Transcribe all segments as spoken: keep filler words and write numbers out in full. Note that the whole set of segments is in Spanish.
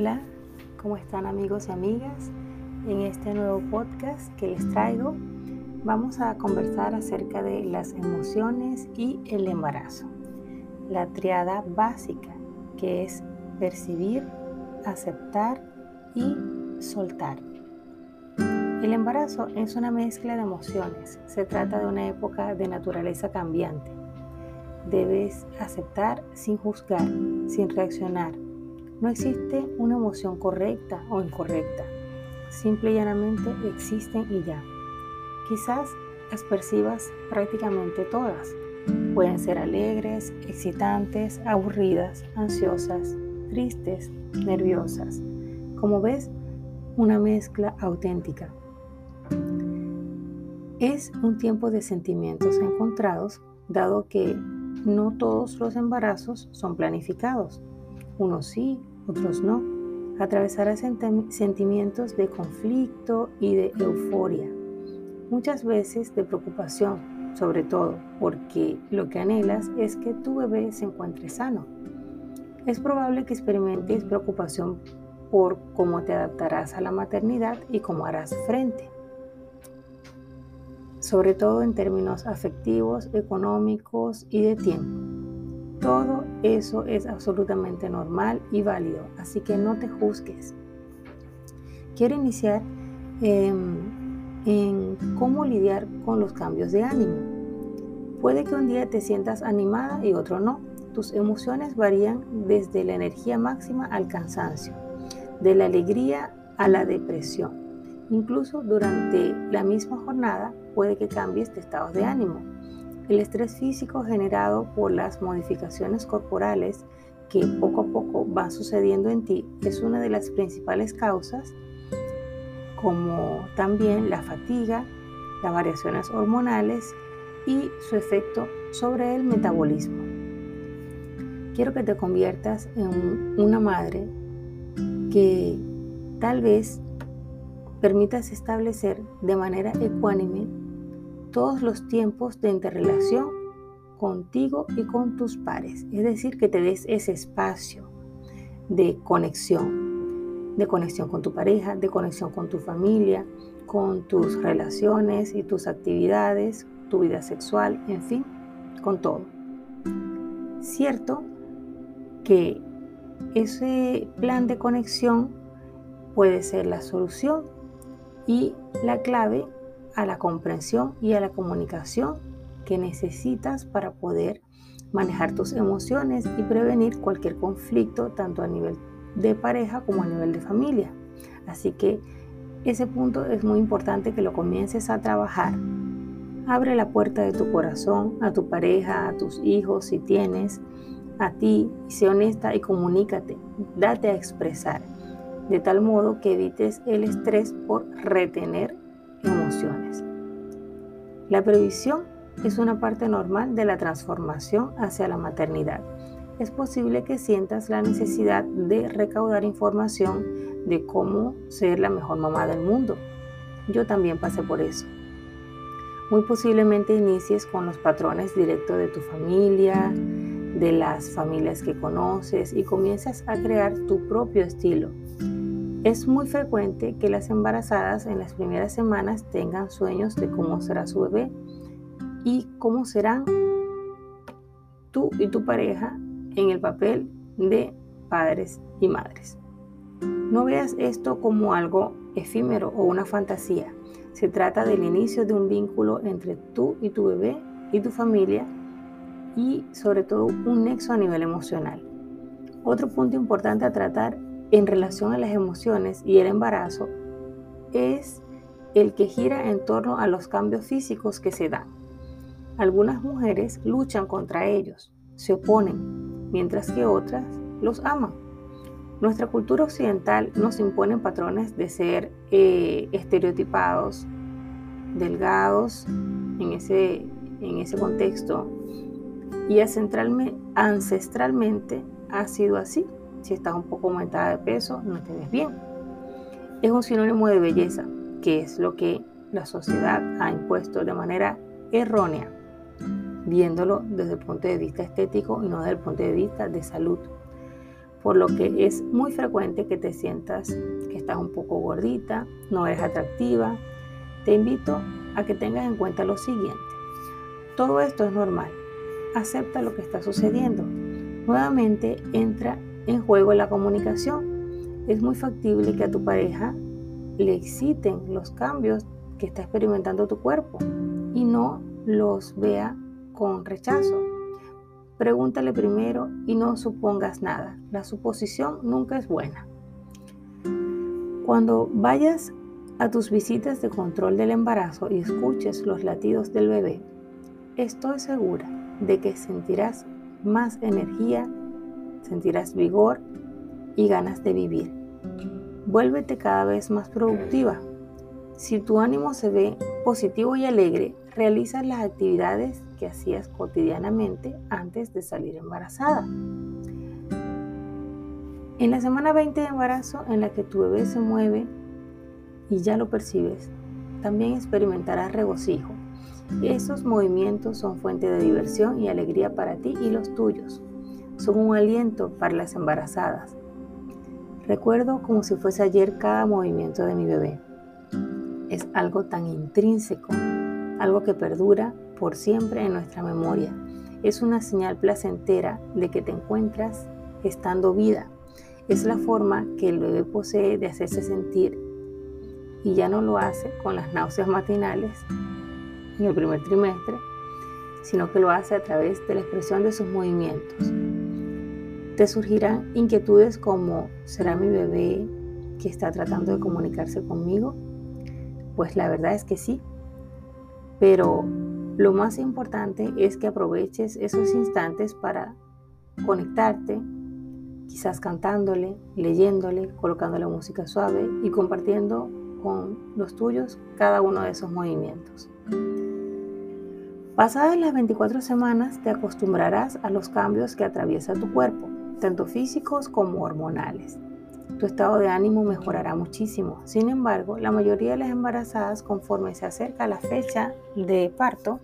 Hola, ¿cómo están amigos y amigas? En este nuevo podcast que les traigo vamos a conversar acerca de las emociones y el embarazo. La triada básica que es percibir, aceptar y soltar. El embarazo es una mezcla de emociones. Se trata de una época de naturaleza cambiante. Debes aceptar sin juzgar, sin reaccionar. No existe una emoción correcta o incorrecta. Simple y llanamente existen y ya. Quizás las percibas prácticamente todas. Pueden ser alegres, excitantes, aburridas, ansiosas, tristes, nerviosas. Como ves, una mezcla auténtica. Es un tiempo de sentimientos encontrados, dado que no todos los embarazos son planificados. Unos sí, otros no. Atravesarás sentimientos de conflicto y de euforia. Muchas veces de preocupación, sobre todo porque lo que anhelas es que tu bebé se encuentre sano. Es probable que experimentes preocupación por cómo te adaptarás a la maternidad y cómo harás frente, sobre todo en términos afectivos, económicos y de tiempo. Todo eso es absolutamente normal y válido, así que no te juzgues. Quiero iniciar eh, en cómo lidiar con los cambios de ánimo. Puede que un día te sientas animada y otro no. Tus emociones varían desde la energía máxima al cansancio, de la alegría a la depresión. Incluso durante la misma jornada puede que cambies de estados de ánimo. El estrés físico generado por las modificaciones corporales que poco a poco van sucediendo en ti es una de las principales causas, como también la fatiga, las variaciones hormonales y su efecto sobre el metabolismo. Quiero que te conviertas en una madre que tal vez permitas establecer de manera ecuánime todos los tiempos de interrelación contigo y con tus pares. Es decir, que te des ese espacio de conexión, de conexión con tu pareja, de conexión con tu familia, con tus relaciones y tus actividades, tu vida sexual, en fin, con todo. Cierto que ese plan de conexión puede ser la solución y la clave a la comprensión y a la comunicación que necesitas para poder manejar tus emociones y prevenir cualquier conflicto tanto a nivel de pareja como a nivel de familia. Así que ese punto es muy importante que lo comiences a trabajar. Abre la puerta de tu corazón a tu pareja, a tus hijos si tienes, a ti, y sé honesta y comunícate, date a expresar, de tal modo que evites el estrés por retener emociones. La previsión es una parte normal de la transformación hacia la maternidad. Es posible que sientas la necesidad de recaudar información de cómo ser la mejor mamá del mundo. Yo también pasé por eso. Muy posiblemente inicies con los patrones directos de tu familia, de las familias que conoces y comienzas a crear tu propio estilo. Es muy frecuente que las embarazadas en las primeras semanas tengan sueños de cómo será su bebé y cómo serán tú y tu pareja en el papel de padres y madres. No veas esto como algo efímero o una fantasía. Se trata del inicio de un vínculo entre tú y tu bebé y tu familia y sobre todo un nexo a nivel emocional. Otro punto importante a tratar en relación a las emociones y el embarazo es el que gira en torno a los cambios físicos que se dan. Algunas mujeres luchan contra ellos, se oponen, mientras que otras los aman. Nuestra cultura occidental nos impone patrones de ser eh, estereotipados, delgados en ese, en ese contexto, y ancestralmente ha sido así. Si estás un poco aumentada de peso, no te ves bien. Es un sinónimo de belleza, que es lo que la sociedad ha impuesto de manera errónea, viéndolo desde el punto de vista estético y no desde el punto de vista de salud. por lo que es muy frecuente que te sientas que estás un poco gordita, no eres atractiva. Te invito a que tengas en cuenta lo siguiente. Todo esto es normal. Acepta lo que está sucediendo. Nuevamente entra en juego la comunicación. Es muy factible que a tu pareja le exciten los cambios que está experimentando tu cuerpo y no los vea con rechazo. Pregúntale primero y no supongas nada. La suposición nunca es buena. Cuando vayas a tus visitas de control del embarazo y escuches los latidos del bebé, estoy segura de que sentirás más energía, sentirás vigor y ganas de vivir. Vuélvete cada vez más productiva. Si tu ánimo se ve positivo y alegre, realiza las actividades que hacías cotidianamente antes de salir embarazada. En la semana veinte de embarazo, en la que tu bebé se mueve y ya lo percibes, también experimentarás regocijo. Esos movimientos son fuente de diversión y alegría para ti y los tuyos. Son un aliento para las embarazadas. Recuerdo como si fuese ayer cada movimiento de mi bebé. Es algo tan intrínseco, algo que perdura por siempre en nuestra memoria. Es una señal placentera de que te encuentras estando vida. Es la forma que el bebé posee de hacerse sentir y ya no lo hace con las náuseas matinales en el primer trimestre, sino que lo hace a través de la expresión de sus movimientos. Te surgirán inquietudes como ¿será mi bebé que está tratando de comunicarse conmigo? Pues la verdad es que sí, pero lo más importante es que aproveches esos instantes para conectarte, quizás cantándole, leyéndole, colocándole música suave y compartiendo con los tuyos cada uno de esos movimientos. Pasadas las veinticuatro semanas te acostumbrarás a los cambios que atraviesa tu cuerpo, tanto físicos como hormonales. Tu estado de ánimo mejorará muchísimo. Sin embargo, la mayoría de las embarazadas, conforme se acerca la fecha de parto,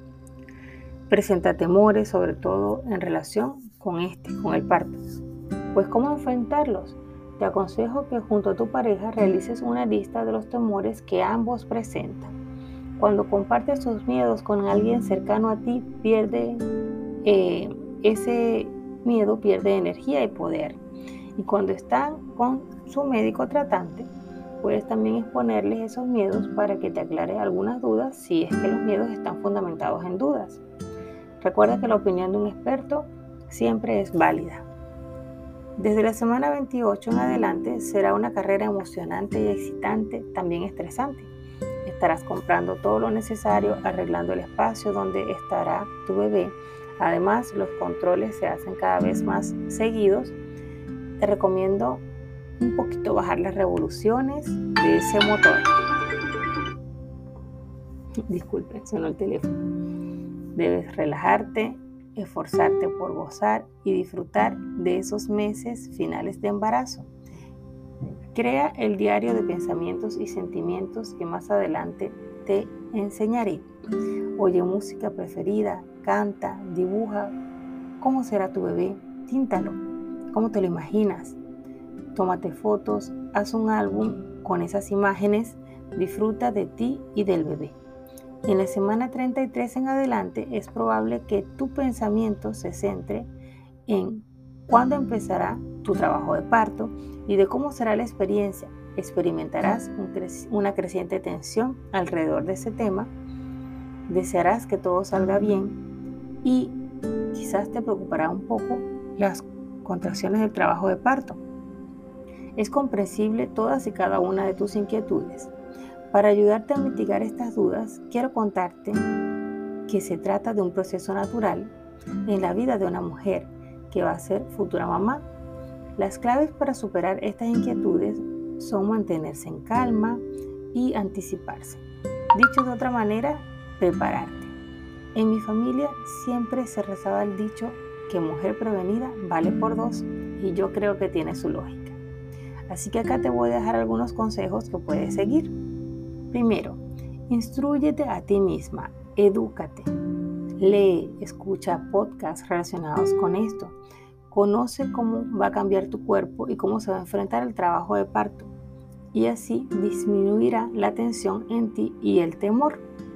presenta temores, sobre todo en relación con este, con el parto. Pues, ¿cómo enfrentarlos? Te aconsejo que junto a tu pareja realices una lista de los temores que ambos presentan. Cuando compartes tus miedos con alguien cercano a ti, pierde eh, ese miedo pierde energía y poder. Y cuando están con su médico tratante, puedes también exponerles esos miedos para que te aclare algunas dudas si es que los miedos están fundamentados en dudas. Recuerda que la opinión de un experto siempre es válida. Desde la semana veintiocho en adelante será una carrera emocionante y excitante, también estresante. Estarás comprando todo lo necesario, arreglando el espacio donde estará tu bebé. Además, los controles se hacen cada vez más seguidos. Te recomiendo un poquito bajar las revoluciones de ese motor. Disculpen, sonó el teléfono. Debes relajarte, esforzarte por gozar y disfrutar de esos meses finales de embarazo. Crea el diario de pensamientos y sentimientos que más adelante te enseñaré. Oye música preferida, canta, dibuja. ¿Cómo será tu bebé? Tíntalo. ¿Cómo te lo imaginas? Tómate fotos, haz un álbum con esas imágenes, disfruta de ti y del bebé. En la semana treinta y tres en adelante es probable que tu pensamiento se centre en cuándo empezará tu trabajo de parto y de cómo será la experiencia. Experimentarás un cre- una creciente tensión alrededor de ese tema, desearás que todo salga bien y quizás te preocupará un poco las contracciones del trabajo de parto. Es comprensible todas y cada una de tus inquietudes. Para ayudarte a mitigar estas dudas, quiero contarte que se trata de un proceso natural en la vida de una mujer que va a ser futura mamá. Las claves para superar estas inquietudes son mantenerse en calma y anticiparse. Dicho de otra manera, prepararte. En mi familia siempre se rezaba el dicho que mujer prevenida vale por dos y yo creo que tiene su lógica. Así que acá te voy a dejar algunos consejos que puedes seguir. Primero, instrúyete a ti misma, edúcate, lee, escucha podcasts relacionados con esto. Conoce cómo va a cambiar tu cuerpo y cómo se va a enfrentar el trabajo de parto, y así disminuirá la tensión en ti y el temor.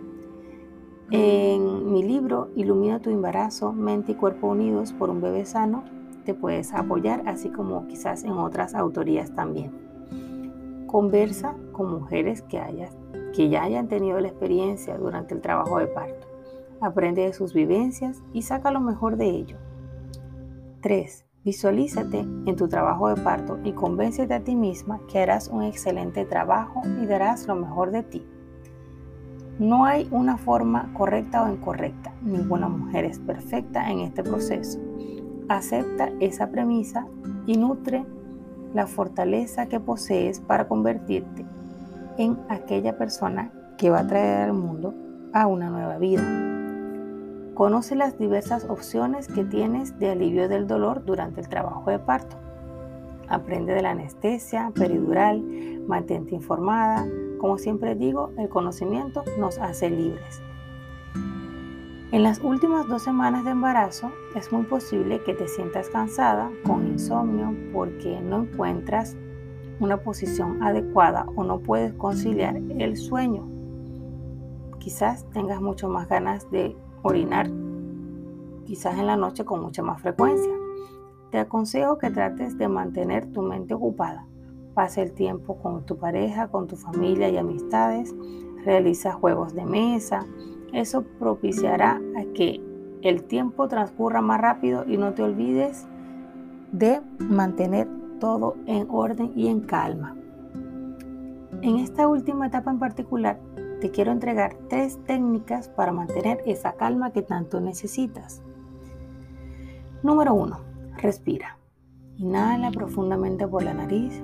En mi libro Ilumina tu embarazo, mente y cuerpo unidos por un bebé sano, te puedes apoyar, así como quizás en otras autorías también. Conversa con mujeres que, hayas, que ya hayan tenido la experiencia durante el trabajo de parto. Aprende de sus vivencias y saca lo mejor de ello. tres. Visualízate en tu trabajo de parto y convéncete a ti misma que harás un excelente trabajo y darás lo mejor de ti. No hay una forma correcta o incorrecta. Ninguna mujer es perfecta en este proceso. Acepta esa premisa y nutre la fortaleza que posees para convertirte en aquella persona que va a traer al mundo a una nueva vida. Conoce las diversas opciones que tienes de alivio del dolor durante el trabajo de parto. Aprende de la anestesia peridural, mantente informada. Como siempre digo, el conocimiento nos hace libres. En las últimas dos semanas de embarazo es muy posible que te sientas cansada, con insomnio, porque no encuentras una posición adecuada o no puedes conciliar el sueño. Quizás tengas mucho más ganas de orinar, quizás en la noche con mucha más frecuencia. Te aconsejo que trates de mantener tu mente ocupada. Pasa el tiempo con tu pareja, con tu familia y amistades. Realiza juegos de mesa. Eso propiciará a que el tiempo transcurra más rápido y no te olvides de mantener todo en orden y en calma. En esta última etapa en particular, te quiero entregar tres técnicas para mantener esa calma que tanto necesitas. Número uno. Respira. Inhala profundamente por la nariz.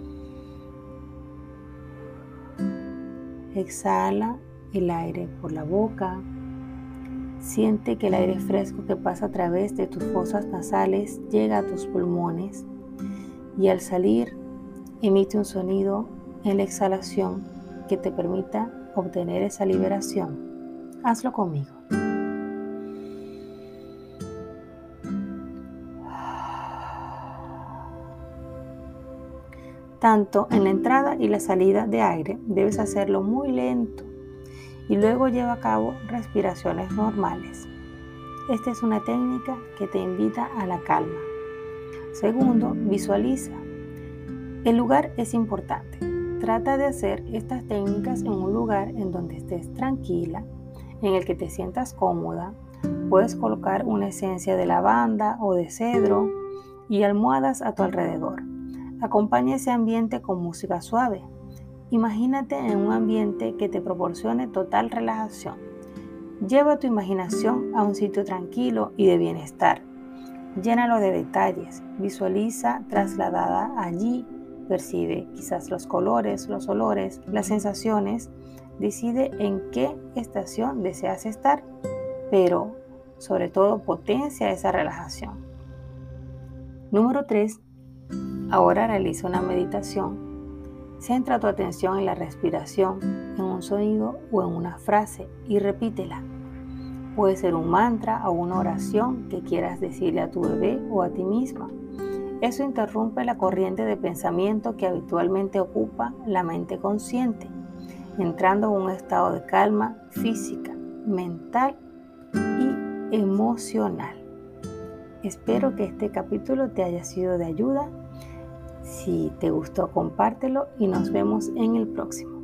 Exhala el aire por la boca. Siente que el aire fresco que pasa a través de tus fosas nasales llega a tus pulmones y al salir emite un sonido en la exhalación que te permita obtener esa liberación. Hazlo conmigo. Tanto en la entrada y la salida de aire debes hacerlo muy lento y luego lleva a cabo respiraciones normales. Esta es una técnica que te invita a la calma. Segundo, visualiza. El lugar es importante. Trata de hacer estas técnicas en un lugar en donde estés tranquila, en el que te sientas cómoda. Puedes colocar una esencia de lavanda o de cedro y almohadas a tu alrededor. Acompaña ese ambiente con música suave. Imagínate en un ambiente que te proporcione total relajación. Lleva tu imaginación a un sitio tranquilo y de bienestar. Llénalo de detalles. Visualiza trasladada allí. Percibe quizás los colores, los olores, las sensaciones. Decide en qué estación deseas estar, pero sobre todo potencia esa relajación. Número tres. Ahora realiza una meditación. Centra tu atención en la respiración, en un sonido o en una frase y repítela. Puede ser un mantra o una oración que quieras decirle a tu bebé o a ti misma. Eso interrumpe la corriente de pensamiento que habitualmente ocupa la mente consciente, entrando en un estado de calma física, mental y emocional. Espero que este capítulo te haya sido de ayuda. Si te gustó, compártelo y nos vemos en el próximo.